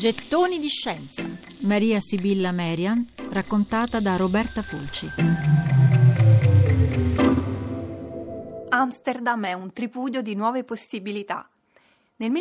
Gettoni di scienza. Maria Sibilla Merian, raccontata da Roberta Fulci. Amsterdam è un tripudio di nuove possibilità. Nel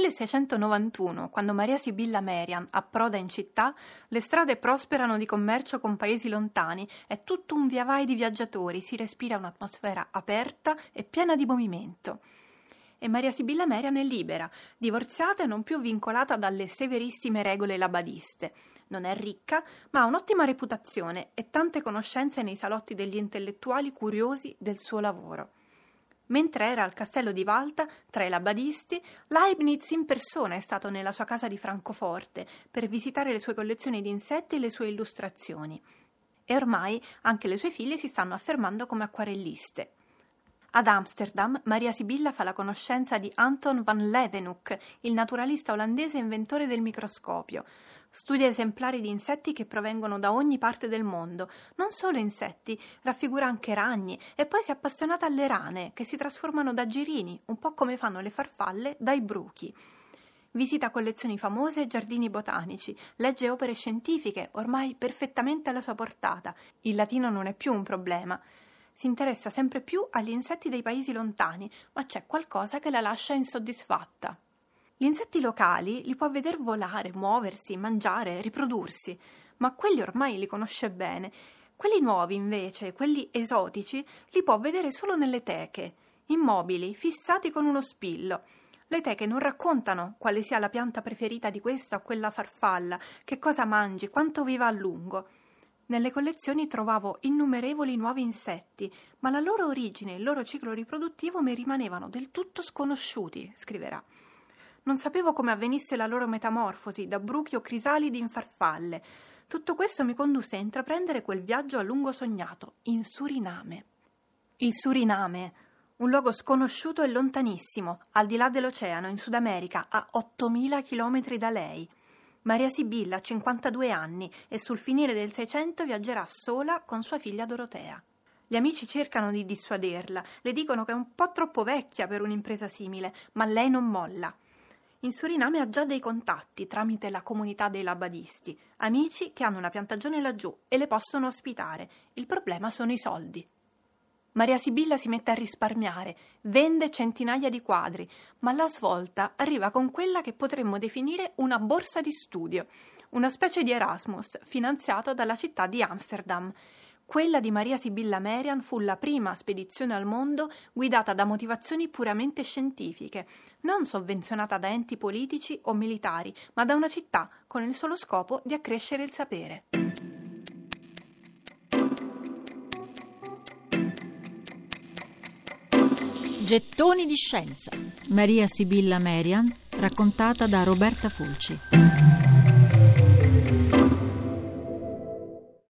1691, quando Maria Sibilla Merian approda in città, le strade prosperano di commercio con paesi lontani, è tutto un via vai di viaggiatori, si respira un'atmosfera aperta e piena di movimento. E Maria Sibilla Merian è libera, divorziata e non più vincolata dalle severissime regole labadiste. Non è ricca, ma ha un'ottima reputazione e tante conoscenze nei salotti degli intellettuali curiosi del suo lavoro. Mentre era al castello di Valta, tra i labadisti, Leibniz in persona è stato nella sua casa di Francoforte per visitare le sue collezioni di insetti e le sue illustrazioni. E ormai anche le sue figlie si stanno affermando come acquarelliste. Ad Amsterdam, Maria Sibilla fa la conoscenza di Anton van Leeuwenhoek, il naturalista olandese inventore del microscopio. Studia esemplari di insetti che provengono da ogni parte del mondo. Non solo insetti, raffigura anche ragni e poi si è appassionata alle rane, che si trasformano da girini, un po' come fanno le farfalle dai bruchi. Visita collezioni famose e giardini botanici, legge opere scientifiche, ormai perfettamente alla sua portata. Il latino non è più un problema. Si interessa sempre più agli insetti dei paesi lontani, ma c'è qualcosa che la lascia insoddisfatta. Gli insetti locali li può veder volare, muoversi, mangiare, riprodursi, ma quelli ormai li conosce bene. Quelli nuovi, invece, quelli esotici, li può vedere solo nelle teche, immobili, fissati con uno spillo. Le teche non raccontano quale sia la pianta preferita di questa o quella farfalla, che cosa mangi, quanto viva a lungo. Nelle collezioni trovavo innumerevoli nuovi insetti, ma la loro origine e il loro ciclo riproduttivo mi rimanevano del tutto sconosciuti, scriverà. Non sapevo come avvenisse la loro metamorfosi da bruchi o crisalidi in farfalle. Tutto questo mi condusse a intraprendere quel viaggio a lungo sognato, in Suriname. Il Suriname, un luogo sconosciuto e lontanissimo, al di là dell'oceano, in Sud America, a 8.000 chilometri da lei. Maria Sibilla ha 52 anni e sul finire del Seicento viaggerà sola con sua figlia Dorotea. Gli amici cercano di dissuaderla, le dicono che è un po' troppo vecchia per un'impresa simile, ma lei non molla. In Suriname ha già dei contatti tramite la comunità dei labadisti, amici che hanno una piantagione laggiù e le possono ospitare. Il problema sono i soldi. Maria Sibilla si mette a risparmiare, vende centinaia di quadri, ma la svolta arriva con quella che potremmo definire una borsa di studio, una specie di Erasmus finanziato dalla città di Amsterdam. Quella di Maria Sibilla Merian fu la prima spedizione al mondo guidata da motivazioni puramente scientifiche, non sovvenzionata da enti politici o militari, ma da una città con il solo scopo di accrescere il sapere. Gettoni di scienza. Maria Sibilla Merian, raccontata da Roberta Fulci.